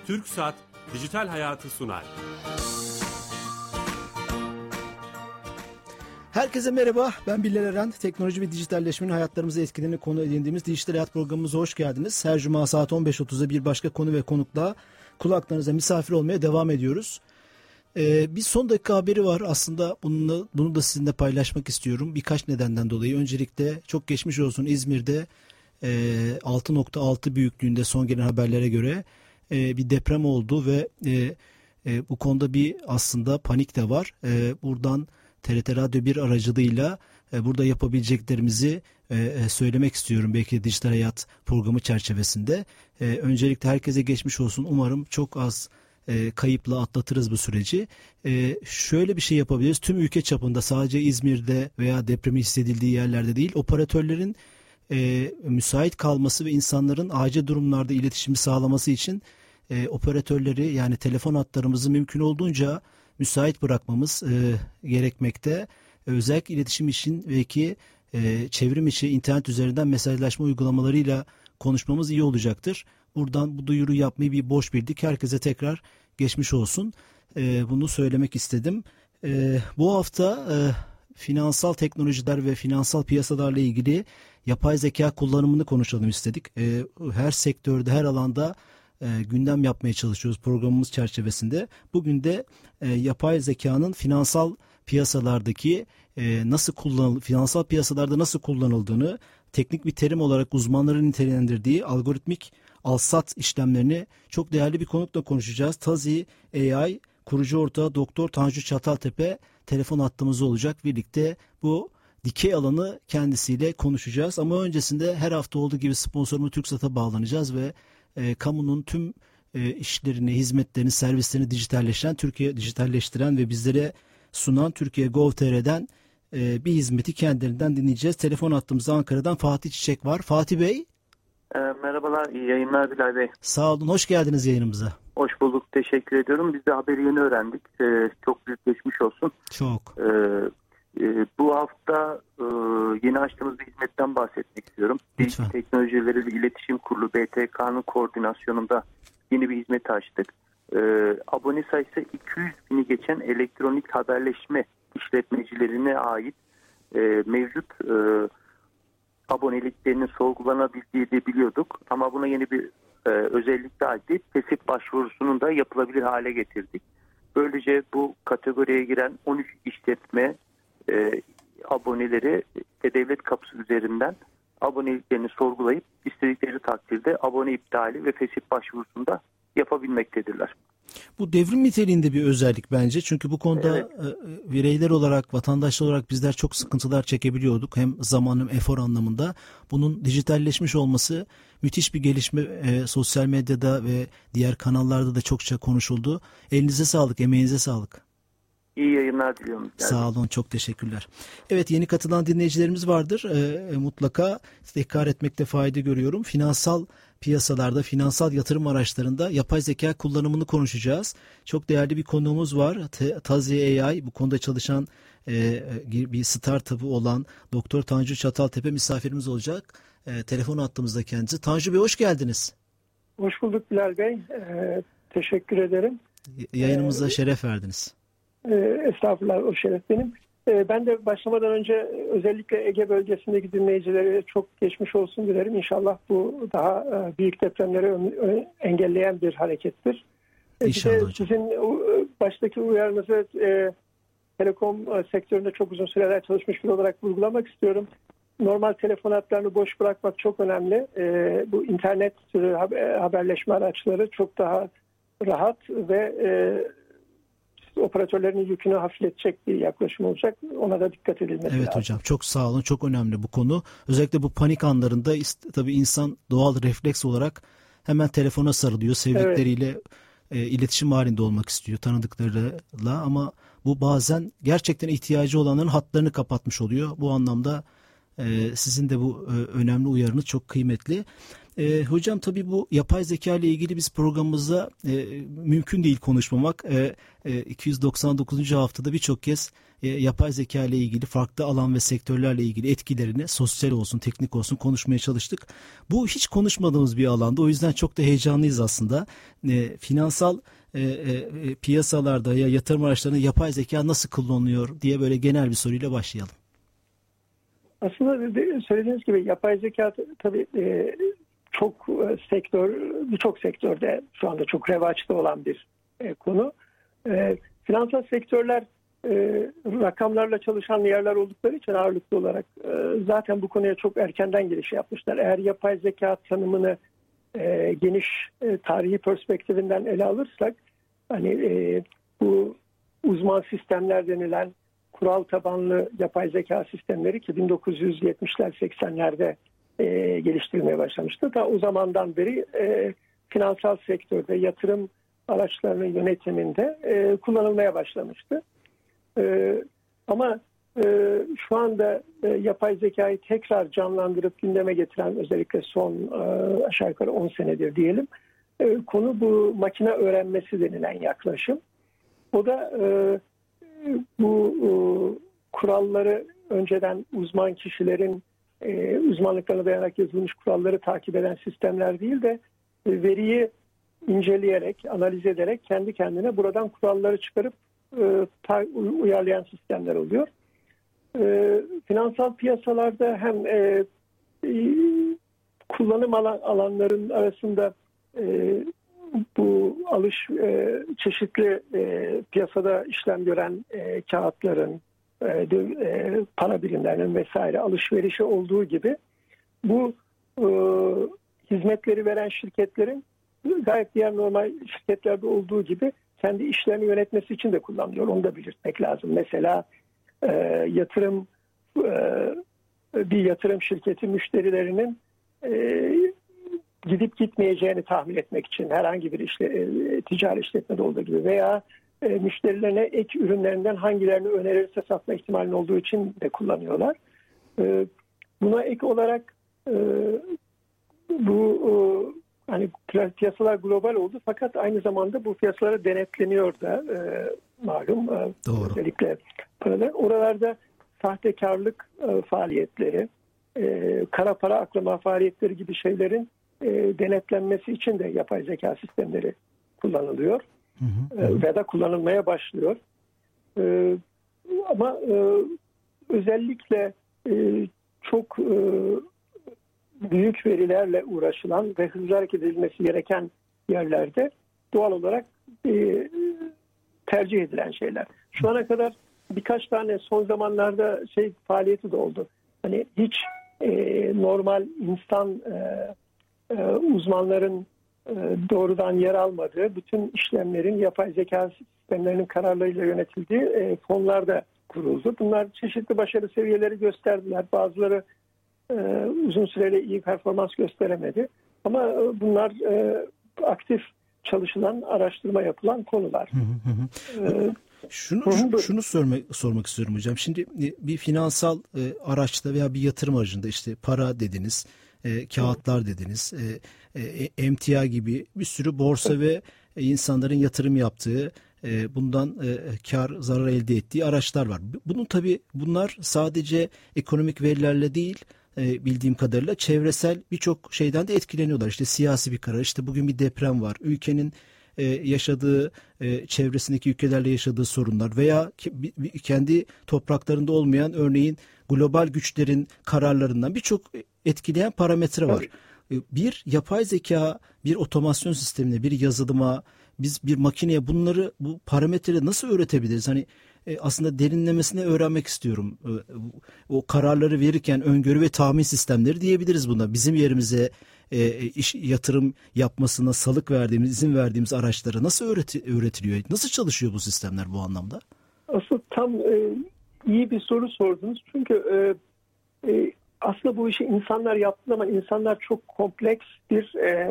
TürkSat Dijital Hayatı sunar. Herkese merhaba, ben Bilal Eren. Teknoloji ve dijitalleşmenin hayatlarımızı etkilerini konu edindiğimiz Dijital Hayat programımıza hoş geldiniz. Her cuma saat 15.30'da bir başka konu ve konukla kulaklarınıza misafir olmaya devam ediyoruz. Bir son dakika haberi var. Aslında bunu da sizinle paylaşmak istiyorum. Birkaç nedenden dolayı. Öncelikle çok geçmiş olsun, İzmir'de 6.6 büyüklüğünde son gelen haberlere göre bir deprem oldu ve bu konuda bir aslında panik de var. Buradan TRT Radyo 1 aracılığıyla burada yapabileceklerimizi söylemek istiyorum. Belki Dijital Hayat programı çerçevesinde. Öncelikle herkese geçmiş olsun. Umarım çok az kayıpla atlatırız bu süreci. Şöyle bir şey yapabiliriz. Tüm ülke çapında, sadece İzmir'de veya depremi hissedildiği yerlerde değil, operatörlerin müsait kalması ve insanların acil durumlarda iletişimi sağlaması için operatörleri, yani telefon hatlarımızı mümkün olduğunca müsait bırakmamız gerekmekte. Özellikle iletişim için belki çevrim içi internet üzerinden mesajlaşma uygulamalarıyla konuşmamız iyi olacaktır. Buradan bu duyuru yapmayı bir borç bildik. Herkese tekrar geçmiş olsun. Bunu söylemek istedim. Bu hafta finansal teknolojiler ve finansal piyasalarla ilgili yapay zeka kullanımını konuşalım istedik. Her sektörde, her alanda gündem yapmaya çalışıyoruz programımız çerçevesinde. Bugün de yapay zekanın finansal piyasalardaki finansal piyasalarda nasıl kullanıldığını, teknik bir terim olarak uzmanların nitelendirdiği algoritmik al-sat işlemlerini çok değerli bir konukla konuşacağız. Tazi AI kurucu ortağı Doktor Tanju Çataltepe telefon hattımızda olacak. Birlikte bu dikey alanı kendisiyle konuşacağız. Ama öncesinde her hafta olduğu gibi sponsorumuz TürkSat'a bağlanacağız ve kamunun tüm işlerini, hizmetlerini, servislerini dijitalleştiren ve bizlere sunan Türkiye Gov.tr'den bir hizmeti kendilerinden dinleyeceğiz. Telefon hattımızda Ankara'dan Fatih Çiçek var. Fatih Bey. Merhabalar, iyi yayınlar Bilal Bey. Sağ olun, hoş geldiniz yayınımıza. Hoş bulduk, teşekkür ediyorum. Biz de haberi yeni öğrendik. Çok büyük geçmiş olsun. Çok. Bu hafta yeni açtığımız bir hizmetten bahsetmek istiyorum. Bilgi Teknolojileri ve İletişim Kurulu BTK'nın koordinasyonunda yeni bir hizmet açtık. Abone sayısı 200 bini geçen elektronik haberleşme işletmecilerine ait mevcut aboneliklerinin sorgulanabildiği de biliyorduk. Ama buna yeni bir özellik daha ekleyip TESİP başvurusunun da yapılabilir hale getirdik. Böylece bu kategoriye giren 13 işletme aboneleri devlet kapısı üzerinden aboneliklerini sorgulayıp istedikleri takdirde abone iptali ve fesih başvurusunda yapabilmektedirler. Bu devrim niteliğinde bir özellik bence. Çünkü bu konuda evet, bireyler olarak, vatandaşlar olarak bizler çok sıkıntılar çekebiliyorduk. Hem zaman hem efor anlamında. Bunun dijitalleşmiş olması müthiş bir gelişme. Sosyal medyada ve diğer kanallarda da çokça konuşuldu. Elinize sağlık, emeğinize sağlık. İyi yayınlar diliyorum. Sağ olun, çok teşekkürler. Evet, yeni katılan dinleyicilerimiz vardır. Mutlaka tekrar etmekte fayda görüyorum. Finansal piyasalarda, finansal yatırım araçlarında yapay zeka kullanımını konuşacağız. Çok değerli bir konuğumuz var. Tazi AI, bu konuda çalışan bir startup'ı olan Doktor Tanju Çataltepe misafirimiz olacak. Telefon hattımızda kendisi. Tanju Bey, hoş geldiniz. Hoş bulduk Bilal Bey. Teşekkür ederim. Yayınımıza şeref verdiniz. Estağfurullah, o şeref benim. Ben de başlamadan önce özellikle Ege bölgesindeki dinleyicilere çok geçmiş olsun dilerim. İnşallah bu daha büyük depremleri engelleyen bir harekettir. İnşallah hocam. Sizin baştaki uyarınızı telekom sektöründe çok uzun süreler çalışmış biri olarak vurgulamak istiyorum. Normal telefon hatlarını boş bırakmak çok önemli. Bu internet türü haberleşme araçları çok daha rahat ve operatörlerin yükünü hafifletecek bir yaklaşım olacak. Ona da dikkat edilmesi lazım. Evet hocam, çok sağ olun. Çok önemli bu konu. Özellikle bu panik anlarında tabii insan doğal refleks olarak hemen telefona sarılıyor. Sevdikleriyle iletişim halinde olmak istiyor, tanıdıklarıyla, ama bu bazen gerçekten ihtiyacı olanların hatlarını kapatmış oluyor. Bu anlamda Sizin de bu önemli uyarınız çok kıymetli. Hocam tabii bu yapay zeka ile ilgili biz programımızda mümkün değil konuşmamak. 299. haftada birçok kez yapay zeka ile ilgili farklı alan ve sektörlerle ilgili etkilerini sosyal olsun, teknik olsun konuşmaya çalıştık. Bu hiç konuşmadığımız bir alanda. O yüzden çok da heyecanlıyız aslında. Finansal piyasalarda ya yatırım araçlarında yapay zeka nasıl kullanılıyor diye böyle genel bir soruyla başlayalım. Aslında söylediğiniz gibi yapay zeka tabii birçok sektörde şu anda çok revaçta olan bir konu. Finansal sektörler rakamlarla çalışan yerler oldukları için ağırlıklı olarak zaten bu konuya çok erkenden giriş yapmışlar. Eğer yapay zeka tanımını geniş tarihi perspektifinden ele alırsak, hani bu uzman sistemler denilen kural tabanlı yapay zeka sistemleri ki 1970'ler 80'lerde geliştirilmeye başlamıştı. Ta o zamandan beri finansal sektörde yatırım araçlarının yönetiminde kullanılmaya başlamıştı. Ama şu anda yapay zekayı tekrar canlandırıp gündeme getiren, özellikle son aşağı yukarı 10 senedir diyelim, konu bu makine öğrenmesi denilen yaklaşım. O da bu kuralları önceden uzman kişilerin uzmanlıklarına dayanarak yazılmış kuralları takip eden sistemler değil de veriyi inceleyerek, analiz ederek kendi kendine buradan kuralları çıkarıp uyarlayan sistemler oluyor. Finansal piyasalarda hem kullanım alanların arasında bu çeşitli piyasada işlem gören kağıtların, para birimlerinin vesaire alışverişi olduğu gibi bu hizmetleri veren şirketlerin gayet diğer normal şirketlerde olduğu gibi kendi işlerini yönetmesi için de kullanılıyor. Onu da belirtmek lazım. Mesela bir yatırım şirketi müşterilerinin gidip gitmeyeceğini tahmin etmek için herhangi bir ticari işletmede olduğu gibi veya müşterilerine ek ürünlerinden hangilerini önerirse satma ihtimalinin olduğu için de kullanıyorlar. Buna ek olarak bu hani piyasalar global oldu fakat aynı zamanda bu piyasalara denetleniyor da malum. Doğru. Özellikle oralarda sahtekarlık faaliyetleri, kara para aklama faaliyetleri gibi şeylerin denetlenmesi için de yapay zeka sistemleri kullanılıyor. Ve de kullanılmaya başlıyor. Ama özellikle çok büyük verilerle uğraşılan ve hızlı hareket edilmesi gereken yerlerde doğal olarak tercih edilen şeyler. Şu ana kadar birkaç tane son zamanlarda faaliyeti de oldu. Hani hiç normal insan uzmanların doğrudan yer almadığı, bütün işlemlerin yapay zeka sistemlerinin kararlarıyla yönetildiği fonlar da kuruldu. Bunlar çeşitli başarı seviyeleri gösterdiler. Bazıları uzun süreli iyi performans gösteremedi. Ama bunlar aktif çalışılan, araştırma yapılan konular. Şunu sormak istiyorum hocam. Şimdi bir finansal araçta veya bir yatırım aracında işte para dediniz, kağıtlar dediniz, emtia gibi bir sürü borsa ve insanların yatırım yaptığı, bundan kar zarar elde ettiği araçlar var. Bunlar sadece ekonomik verilerle değil, bildiğim kadarıyla çevresel birçok şeyden de etkileniyorlar. İşte siyasi bir karar, işte bugün bir deprem var, ülkenin yaşadığı, çevresindeki ülkelerle yaşadığı sorunlar veya kendi topraklarında olmayan örneğin global güçlerin kararlarından birçok etkileyen parametre var. Bir yapay zeka, bir otomasyon sistemine, bir yazılıma, biz bir makineye bu parametreleri nasıl öğretebiliriz? Hani aslında derinlemesine öğrenmek istiyorum. O kararları verirken öngörü ve tahmin sistemleri diyebiliriz buna. Bizim yerimize yatırım yapmasına salık verdiğimiz, izin verdiğimiz araçlara nasıl öğretiliyor? Nasıl çalışıyor bu sistemler bu anlamda? Aslında tam iyi bir soru sordunuz. Çünkü aslında bu işi insanlar yaptığı zaman insanlar çok kompleks bir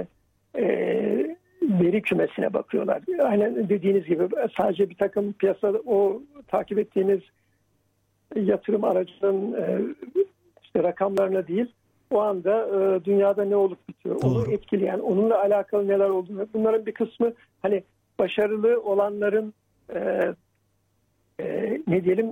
veri kümesine bakıyorlar. Aynen dediğiniz gibi sadece bir takım piyasada o takip ettiğiniz yatırım aracının işte rakamlarına değil, o anda dünyada ne olup bitiyor, Doğru. onu etkileyen, onunla alakalı neler olduğunu, bunların bir kısmı hani başarılı olanların ne diyelim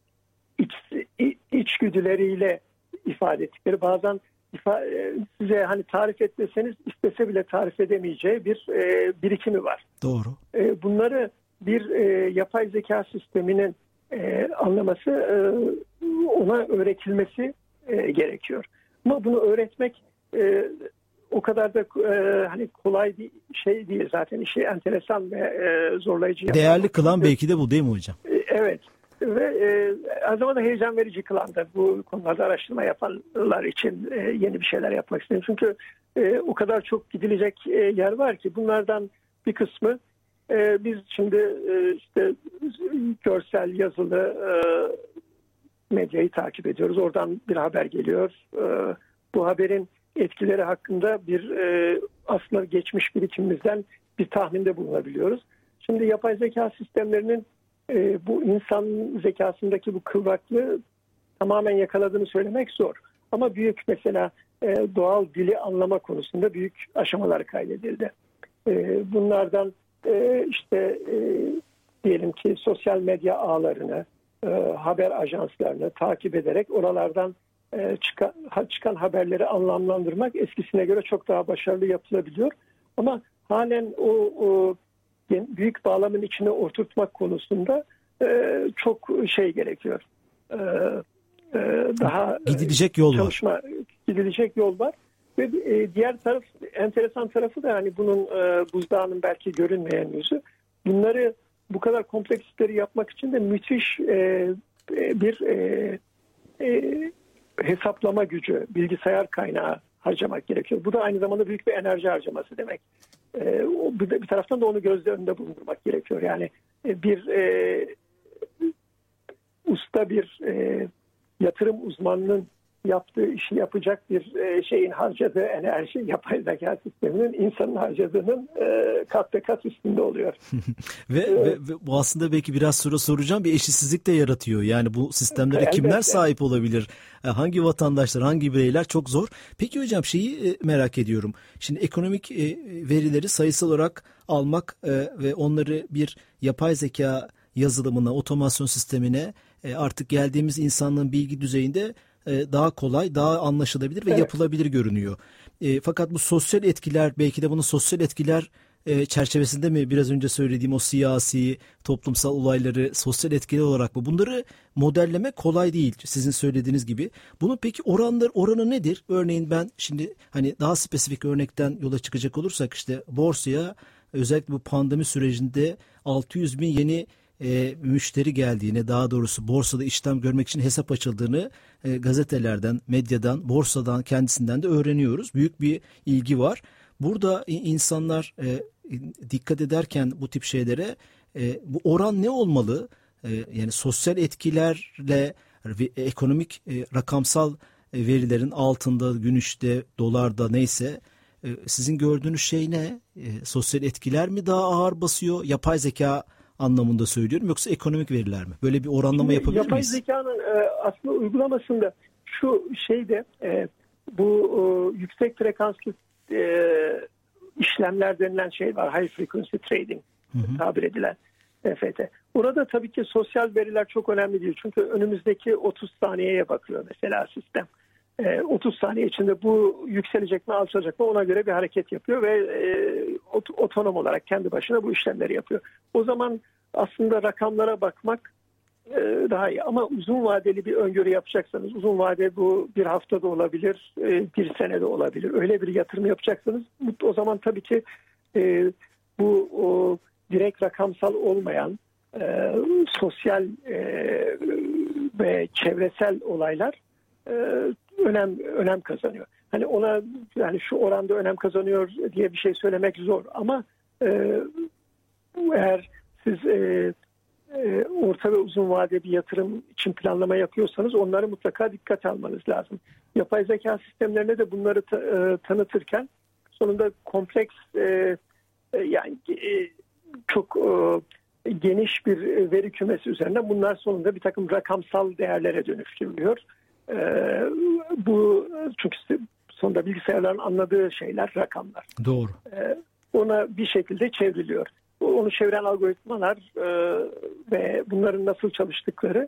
içgüdüleriyle ifade ettikleri, bazen size hani tarif etmeseniz istese bile tarif edemeyeceği bir birikimi var. Doğru. Bunları bir yapay zeka sisteminin anlaması, ona öğretilmesi gerekiyor. Ama bunu öğretmek o kadar da hani kolay bir şey değil. Zaten işi enteresan ve zorlayıcı yapan. Değerli kılan belki de bu değil mi hocam? Evet. Ve aynı zamanda heyecan verici kılan da bu konularda araştırma yapanlar için yeni bir şeyler yapmak istiyorum. Çünkü o kadar çok gidilecek yer var ki bunlardan bir kısmı biz şimdi işte görsel, yazılı medyayı takip ediyoruz. Oradan bir haber geliyor. Bu haberin etkileri hakkında bir aslında geçmiş birikimimizden bir tahminde bulunabiliyoruz. Şimdi yapay zeka sistemlerinin bu insan zekasındaki bu kıvraklığı tamamen yakaladığını söylemek zor. Ama büyük mesela doğal dili anlama konusunda büyük aşamalar kaydedildi. Bunlardan işte diyelim ki sosyal medya ağlarını, haber ajanslarını takip ederek oralardan çıkan haberleri anlamlandırmak eskisine göre çok daha başarılı yapılabiliyor. Ama halen o büyük bağlamın içine oturtmak konusunda çok şey gerekiyor. Daha gidilecek yol var. Gidilecek yol var. Ve diğer taraf, enteresan tarafı da hani bunun buzdağının belki görünmeyen yüzü. Bunları bu kadar kompleks işleri yapmak için de müthiş bir hesaplama gücü, bilgisayar kaynağı harcamak gerekiyor. Bu da aynı zamanda büyük bir enerji harcaması demek. Bir taraftan da onu gözler önünde bulundurmak gerekiyor. Yani bir usta bir yatırım uzmanının yaptığı işi yapacak bir şeyin harcadığı enerji, yapay zeka sisteminin insanın harcadığının kat ve kat üstünde oluyor. ve bu aslında belki biraz sonra soracağım, bir eşitsizlik de yaratıyor. Yani bu sistemlere kimler sahip olabilir? Hangi vatandaşlar, hangi bireyler, çok zor. Peki hocam şeyi merak ediyorum. Şimdi ekonomik verileri sayısal olarak almak ve onları bir yapay zeka yazılımına, otomasyon sistemine artık geldiğimiz insanlığın bilgi düzeyinde daha kolay, daha anlaşılabilir ve yapılabilir görünüyor. Fakat bu sosyal etkiler, belki de bunun sosyal etkiler çerçevesinde mi biraz önce söylediğim o siyasi, toplumsal olayları sosyal etkiler olarak mı? Bunları modellemek kolay değil sizin söylediğiniz gibi. Bunun peki oranı nedir? Örneğin ben şimdi hani daha spesifik örnekten yola çıkacak olursak işte borsaya özellikle bu pandemi sürecinde 600 bin yeni müşteri geldiğini, daha doğrusu borsada işlem görmek için hesap açıldığını gazetelerden, medyadan, borsadan, kendisinden de öğreniyoruz. Büyük bir ilgi var. Burada insanlar dikkat ederken bu tip şeylere bu oran ne olmalı? Yani sosyal etkilerle ekonomik rakamsal verilerin altında, gün dolarda neyse sizin gördüğünüz şey ne? Sosyal etkiler mi daha ağır basıyor? Yapay zeka anlamında söylüyorum, yoksa ekonomik veriler mi? Böyle bir oranlama yapabilir yapay miyiz? Yapay zekanın aslında uygulamasında şu şeyde bu yüksek frekanslı işlemler denilen şey var. High frequency trading tabir edilen FT. Burada tabii ki sosyal veriler çok önemli değil. Çünkü önümüzdeki 30 saniyeye bakıyor mesela sistem. 30 saniye içinde bu yükselecek mi, alçalacak mı, ona göre bir hareket yapıyor ve otonom olarak kendi başına bu işlemleri yapıyor. O zaman aslında rakamlara bakmak daha iyi. Ama uzun vadeli bir öngörü yapacaksanız, uzun vade bu bir haftada olabilir, bir senede olabilir. Öyle bir yatırım yapacaksanız o zaman tabii ki bu direkt rakamsal olmayan sosyal ve çevresel olaylar önem kazanıyor. Hani ona yani şu oranda önem kazanıyor diye bir şey söylemek zor ama eğer siz orta ve uzun vade bir yatırım için planlama yapıyorsanız onları mutlaka dikkate almanız lazım. Yapay zeka sistemlerine de bunları tanıtırken sonunda kompleks yani çok geniş bir veri kümesi üzerinden bunlar sonunda bir takım rakamsal değerlere dönüştürülüyor. bu çünkü sonunda bilgisayarların anladığı şeyler rakamlar. Doğru. Ona bir şekilde çevriliyor. Onu çeviren algoritmalar ve bunların nasıl çalıştıkları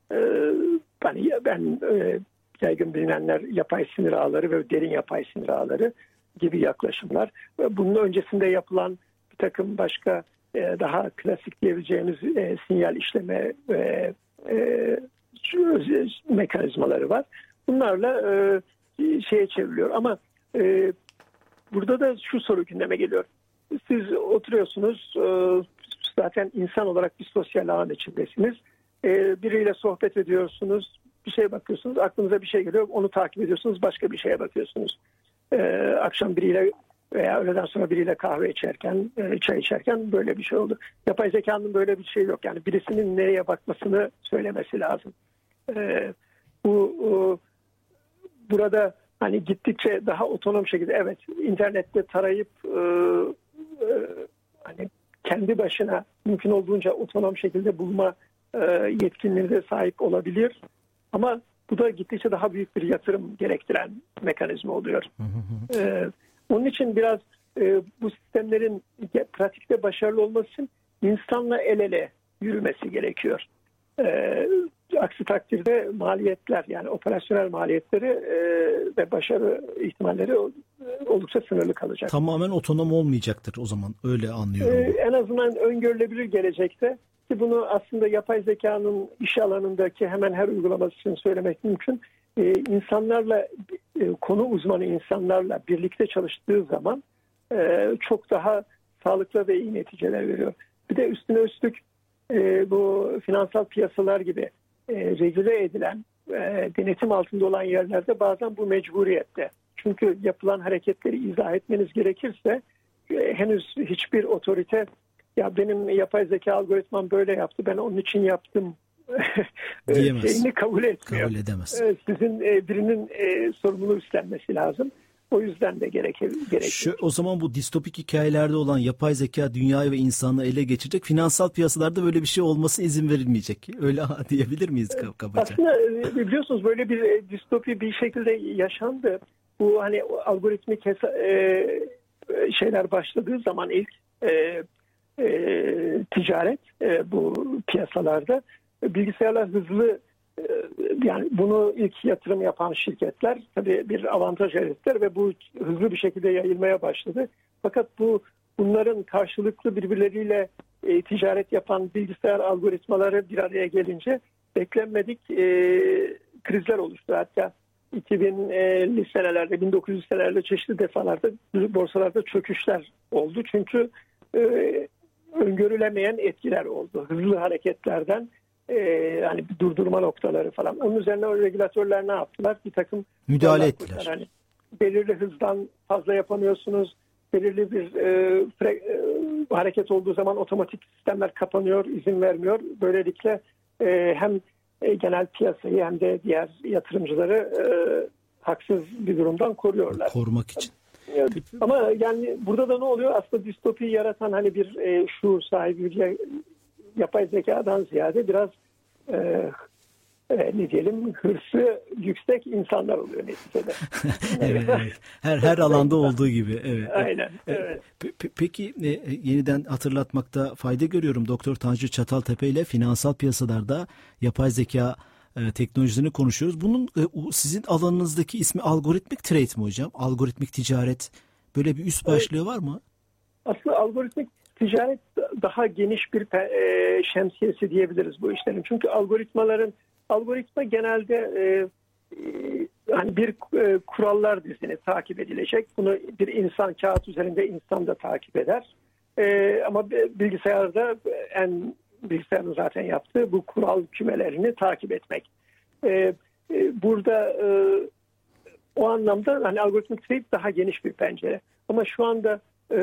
ben yaygın bilinenler yapay sinir ağları ve derin yapay sinir ağları gibi yaklaşımlar. Bunun öncesinde yapılan bir takım başka daha klasik diyebileceğimiz sinyal işleme ve mekanizmaları var. Bunlarla şeye çevriliyor. Ama burada da şu soru gündeme geliyor. Siz oturuyorsunuz, zaten insan olarak bir sosyal ağın içindesiniz. Biriyle sohbet ediyorsunuz, bir şeye bakıyorsunuz, aklınıza bir şey geliyor, onu takip ediyorsunuz, başka bir şeye bakıyorsunuz. Akşam biriyle veya öğleden sonra biriyle kahve içerken, çay içerken böyle bir şey oldu. Yapay zekanın böyle bir şey yok. Yani birisinin nereye bakmasını söylemesi lazım. Burada hani gittikçe daha otonom şekilde, evet, internette tarayıp hani kendi başına mümkün olduğunca otonom şekilde bulma yetkinliğine de sahip olabilir. Ama bu da gittikçe daha büyük bir yatırım gerektiren mekanizma oluyor. Onun için biraz bu sistemlerin pratikte başarılı olması için insanla el ele yürümesi gerekiyor. Aksi takdirde maliyetler, yani operasyonel maliyetleri ve başarı ihtimalleri oldukça sınırlı kalacak. Tamamen otonom olmayacaktır o zaman, öyle anlıyorum. En azından öngörülebilir gelecekte, ki bunu aslında yapay zekanın iş alanındaki hemen her uygulaması için söylemek mümkün. İnsanlarla, konu uzmanı insanlarla birlikte çalıştığı zaman çok daha sağlıklı ve iyi neticeler veriyor. Bir de üstüne üstlük bu finansal piyasalar gibi regüle edilen, denetim altında olan yerlerde bazen bu mecburiyette. Çünkü yapılan hareketleri izah etmeniz gerekirse henüz hiçbir otorite, ya benim yapay zeka algoritmam böyle yaptı, ben onun için yaptım şeyini kabul etmiyor. Kabul edemez. Sizin birinin sorumluluğu üstlenmesi lazım. O yüzden de gerekir. O zaman bu distopik hikayelerde olan yapay zeka dünyayı ve insanı ele geçirecek, finansal piyasalarda böyle bir şey olması izin verilmeyecek. Öyle diyebilir miyiz kabaca? Aslında biliyorsunuz böyle bir distopi bir şekilde yaşandı. Bu hani algoritmik şeyler başladığı zaman ilk ticaret bu piyasalarda bilgisayarlar hızlı, yani bunu ilk yatırım yapan şirketler tabii bir avantaj elde ettiler ve bu hızlı bir şekilde yayılmaya başladı. Fakat bunların karşılıklı birbirleriyle ticaret yapan bilgisayar algoritmaları bir araya gelince beklenmedik krizler oluştu. Hatta 2000'li senelerde, 1900 senelerde çeşitli defalarda borsalarda çöküşler oldu. Çünkü öngörülemeyen etkiler oldu. Hızlı hareketlerden hani durdurma noktaları falan. Onun üzerine o regülatörler ne yaptılar? Bir takım müdahale ettiler. Hani belirli hızdan fazla yapamıyorsunuz. Belirli bir hareket olduğu zaman otomatik sistemler kapanıyor, izin vermiyor. Böylelikle hem genel piyasayı hem de diğer yatırımcıları haksız bir durumdan koruyorlar. Korumak için. Ama yani burada da ne oluyor? Aslında distopiyi yaratan hani bir şuur sahibi bir yapay zekadan ziyade biraz ne diyelim, hırsı yüksek insanlar oluyor neticede. Evet. Her alanda olduğu gibi. Evet. Aynen. Evet. Peki yeniden hatırlatmakta fayda görüyorum. Doktor Tanju Çataltepe ile finansal piyasalarda yapay zeka teknolojilerini konuşuyoruz. Bunun sizin alanınızdaki ismi algoritmik trade mi hocam? Algoritmik ticaret, böyle bir üst başlığı var mı? Aslında algoritmik ticaret daha geniş bir şemsiyesi diyebiliriz bu işlerin. Çünkü algoritma genelde hani bir kurallar dizini takip edilecek. Bunu bir insan, kağıt üzerinde insan da takip eder. Ama bilgisayarda bilgisayarın zaten yaptığı bu kural kümelerini takip etmek. Burada o anlamda hani algoritmik trade daha geniş bir pencere. Ama şu anda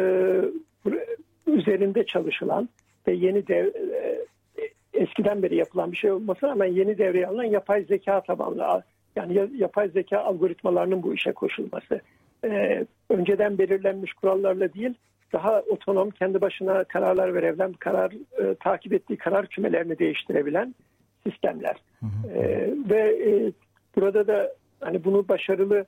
üzerinde çalışılan ve eskiden beri yapılan bir şey olmasına rağmen yeni devreye alınan yapay zeka tabanlı, yani yapay zeka algoritmalarının bu işe koşulması. Önceden belirlenmiş kurallarla değil, daha otonom, kendi başına kararlar verebilen, takip ettiği karar kümelerini değiştirebilen sistemler. Ve burada da hani bunu başarılı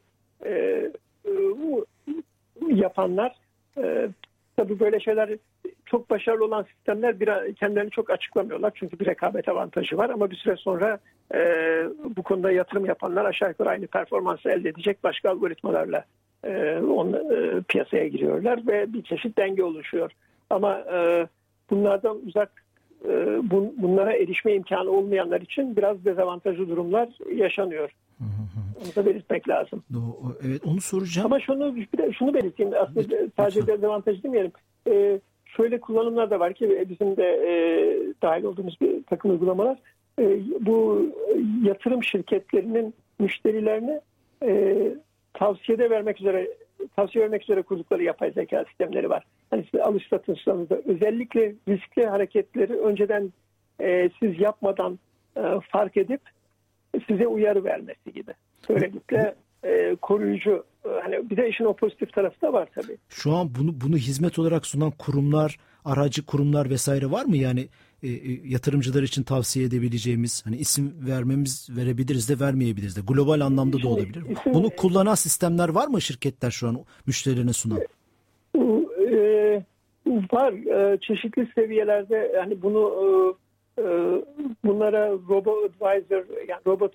yapanlar, tabii böyle şeyler, çok başarılı olan sistemler kendilerini çok açıklamıyorlar. Çünkü bir rekabet avantajı var ama bir süre sonra bu konuda yatırım yapanlar aşağı yukarı aynı performansı elde edecek başka algoritmalarla piyasaya giriyorlar ve bir çeşit denge oluşuyor. Ama bunlardan uzak, bunlara erişme imkanı olmayanlar için biraz dezavantajlı durumlar yaşanıyor. Onu da belirtmek lazım. Evet, onu soracağım. Ama şunu belirteyim. Aslında sadece dezavantaj demeyelim. Şöyle kullanımlar da var ki bizim de dahil olduğumuz bir takım uygulamalar. Bu yatırım şirketlerinin müşterilerine tavsiye vermek üzere kurdukları yapay zeka sistemleri var. Hani size alış satışlarınızda özellikle riskli hareketleri önceden siz yapmadan fark edip size uyarı vermesi gibi. Böylelikle koruyucu. Hani bir de işin o pozitif tarafı da var tabii. Şu an bunu hizmet olarak sunan kurumlar, aracı kurumlar vesaire var mı? Yani yatırımcılar için tavsiye edebileceğimiz, hani isim verebiliriz de vermeyebiliriz de. Global anlamda da olabilir. Bunu kullanan sistemler var mı şirketler şu an müşterilerine sunan? Var. Çeşitli seviyelerde, yani bunlara robo-advisor, yani robot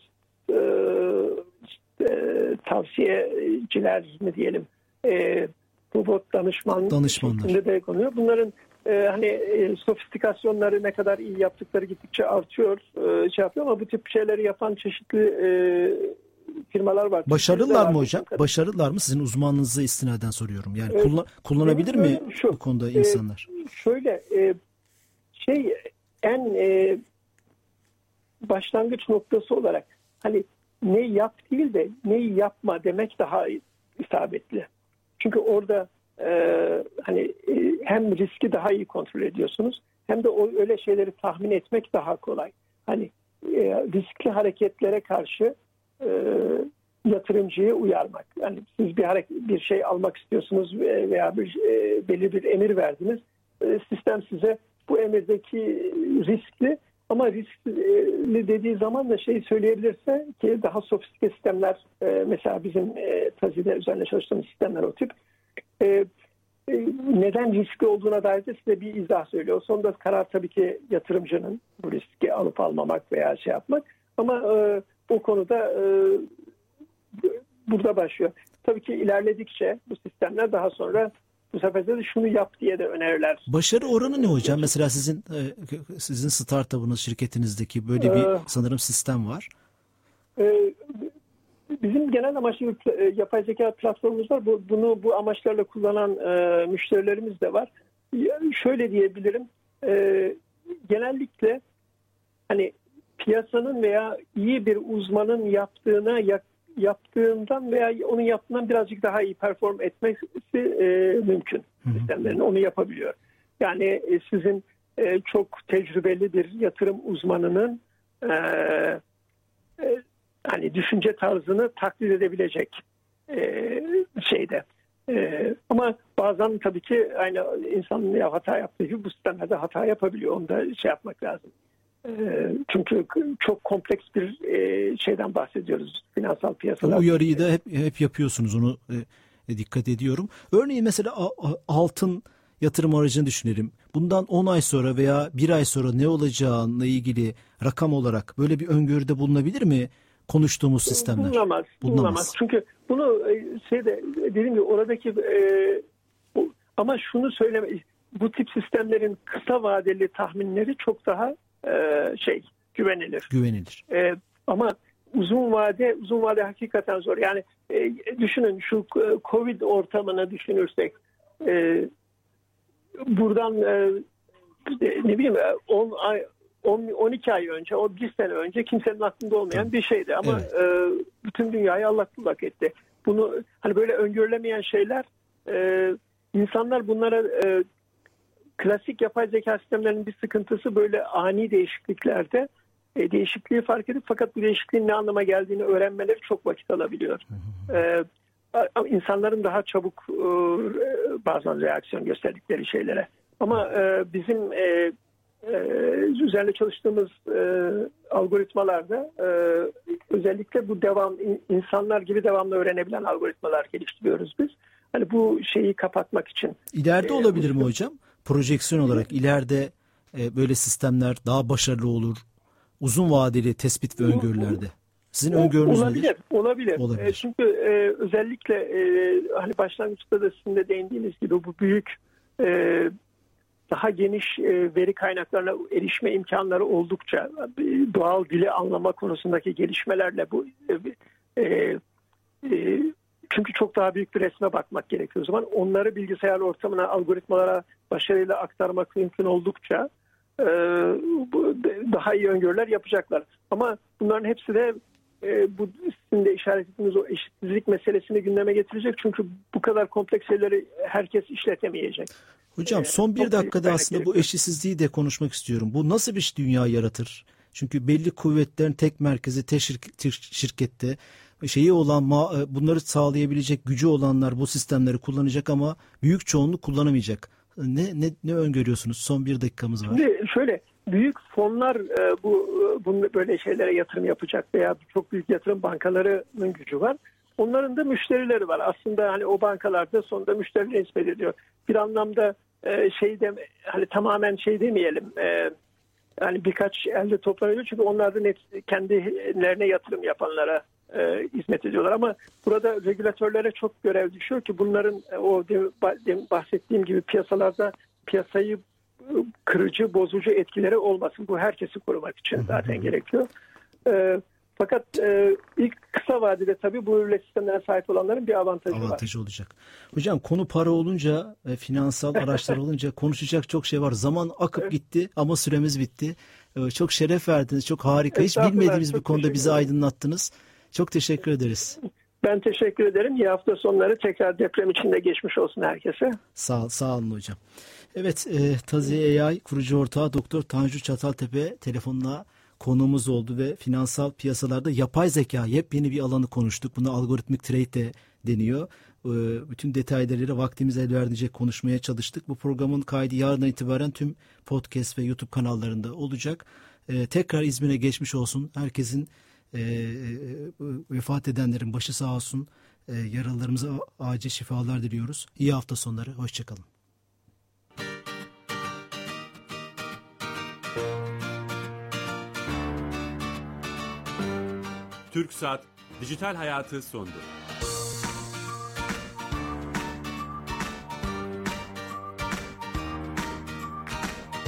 tavsiyeciler mi diyelim, robot danışmanlar şeklinde de konuyor. Bunların hani sofistikasyonları ne kadar iyi yaptıkları gittikçe artıyor, yapıyor ama bu tip şeyleri yapan çeşitli firmalar var. Başarılılar mı hocam? Başarılılar mı? Sizin uzmanlığınıza istinaden soruyorum. Yani kullanabilir mi bu konuda insanlar? Şöyle en başlangıç noktası olarak hani ne yap değil de neyi yapma demek daha isabetli. Çünkü orada hem riski daha iyi kontrol ediyorsunuz hem de öyle şeyleri tahmin etmek daha kolay. Hani riskli hareketlere karşı yatırımcıyı uyarmak. Yani siz bir şey almak istiyorsunuz veya belli bir emir verdiniz. Sistem size bu emirdeki riskli, ama riskli dediği zaman da söyleyebilirse ki daha sofistike sistemler, mesela bizim Tazi'de üzerine çalıştığımız sistemler o tip, neden riskli olduğuna dair de size bir izah söylüyor. Sonunda karar tabii ki yatırımcının, bu riski alıp almamak veya yapmak, ama o konuda burada başlıyor. Tabii ki ilerledikçe bu sistemler daha sonra bu sefer de şunu yap diye de öneriler. Başarı oranı ne hocam? Mesela sizin startup'ınız, şirketinizdeki böyle bir sanırım sistem var. Bizim genel amaçlı yapay zeka platformumuz var. Bu amaçlarla kullanan müşterilerimiz de var. Şöyle diyebilirim. Genellikle hani piyasanın veya iyi bir uzmanın yaptığından veya onun yaptığından birazcık daha iyi perform etmesi mümkün. Sistemlerin onu yapabiliyor. Yani sizin çok tecrübeli bir yatırım uzmanının hani düşünce tarzını taklit edebilecek şeyde. Ama bazen tabii ki aynı insanın hata yaptığı gibi bu sistemlerde hata yapabiliyor. Onu da yapmak lazım. Çünkü çok kompleks bir şeyden bahsediyoruz, finansal piyasalar. O uyarıyı da hep yapıyorsunuz, onu dikkat ediyorum. Örneğin mesela altın yatırım aracını düşünelim. Bundan 10 ay sonra veya 1 ay sonra ne olacağına ilgili rakam olarak böyle bir öngörüde bulunabilir mi konuştuğumuz sistemler? Bulunamaz. Çünkü bunu dediğim gibi oradaki ama şunu söyleme, bu tip sistemlerin kısa vadeli tahminleri çok daha güvenilir. Ama uzun vade hakikaten zor. Yani düşünün, şu Covid ortamını düşünürsek, buradan 12 ay önce, 1 sene önce kimsenin aklında olmayan bir şeydi. Ama bütün dünyayı allak bullak etti. Bunu hani böyle öngörülemeyen şeyler, insanlar bunlara klasik yapay zeka sistemlerinin bir sıkıntısı böyle ani değişikliklerde değişikliği fark edip fakat bu değişikliğin ne anlama geldiğini öğrenmeleri çok vakit alabiliyor. İnsanların daha çabuk bazen reaksiyon gösterdikleri şeylere. Ama bizim üzerine çalıştığımız algoritmalarda özellikle bu insanlar gibi devamlı öğrenebilen algoritmalar geliştiriyoruz biz. Hani bu şeyi kapatmak için. İleride olabilir mi hocam? Projeksiyon olarak ileride böyle sistemler daha başarılı olur. Uzun vadeli tespit ve öngörülerde. Sizin öngörünüz nedir? Olabilir. Çünkü özellikle hani başlangıçta da sizin de değindiğiniz gibi bu büyük daha geniş veri kaynaklarına erişme imkanları oldukça doğal dili anlama konusundaki gelişmelerle bu çünkü çok daha büyük bir resme bakmak gerekiyor. O zaman onları bilgisayar ortamına, algoritmalara başarıyla aktarmak mümkün oldukça daha iyi öngörüler yapacaklar. Ama bunların hepsi de bu sizin de işaret ettiğiniz o eşitsizlik meselesini gündeme getirecek. Çünkü bu kadar kompleks şeyleri herkes işletemeyecek. Hocam son bir dakikada aslında bu eşitsizliği de konuşmak istiyorum. Bu nasıl bir dünya yaratır? Çünkü belli kuvvetlerin tek merkezi, tek şirkette bunları sağlayabilecek gücü olanlar bu sistemleri kullanacak ama büyük çoğunluk kullanamayacak. Ne öngörüyorsunuz? Son bir dakikamız var. Şimdi şöyle büyük fonlar bunu böyle şeylere yatırım yapacak veya çok büyük yatırım bankalarının gücü var. Onların da müşterileri var. Aslında hani o bankalarda sonunda müşterileri hizmet ediyor. Bir anlamda hani tamamen demeyelim. Yani birkaç elde toplanıyor çünkü onlar da kendilerine yatırım yapanlara hizmet ediyorlar. Ama burada regülatörlere çok görev düşüyor ki bunların bahsettiğim gibi piyasalarda piyasayı kırıcı, bozucu etkileri olmasın. Bu herkesi korumak için zaten gerekiyor. Fakat ilk kısa vadede tabii bu ürün sistemlerine sahip olanların bir avantajı olacak. Hocam konu para olunca, finansal araçlar olunca konuşacak çok şey var. Zaman akıp gitti ama süremiz bitti. Çok şeref verdiniz. Çok harika. Hiç bilmediğimiz bir konuda bizi aydınlattınız. Çok teşekkür ederiz. Ben teşekkür ederim. İyi hafta sonları. Tekrar deprem içinde geçmiş olsun herkese. Sağ olun hocam. Evet, Taziye AI kurucu ortağı Doktor Tanju Çataltepe telefonla konuğumuz oldu ve finansal piyasalarda yapay zeka yepyeni bir alanı konuştuk. Buna algoritmik trade de deniyor. Bütün detaylarıyla vaktimiz el verdiğince konuşmaya çalıştık. Bu programın kaydı yarından itibaren tüm podcast ve YouTube kanallarında olacak. Tekrar İzmir'e geçmiş olsun. Herkesin vefat edenlerin başı sağ olsun. Yaralılarımıza acil şifalar diliyoruz. İyi hafta sonları. Hoşçakalın. TürkSat Dijital Hayatı sondu.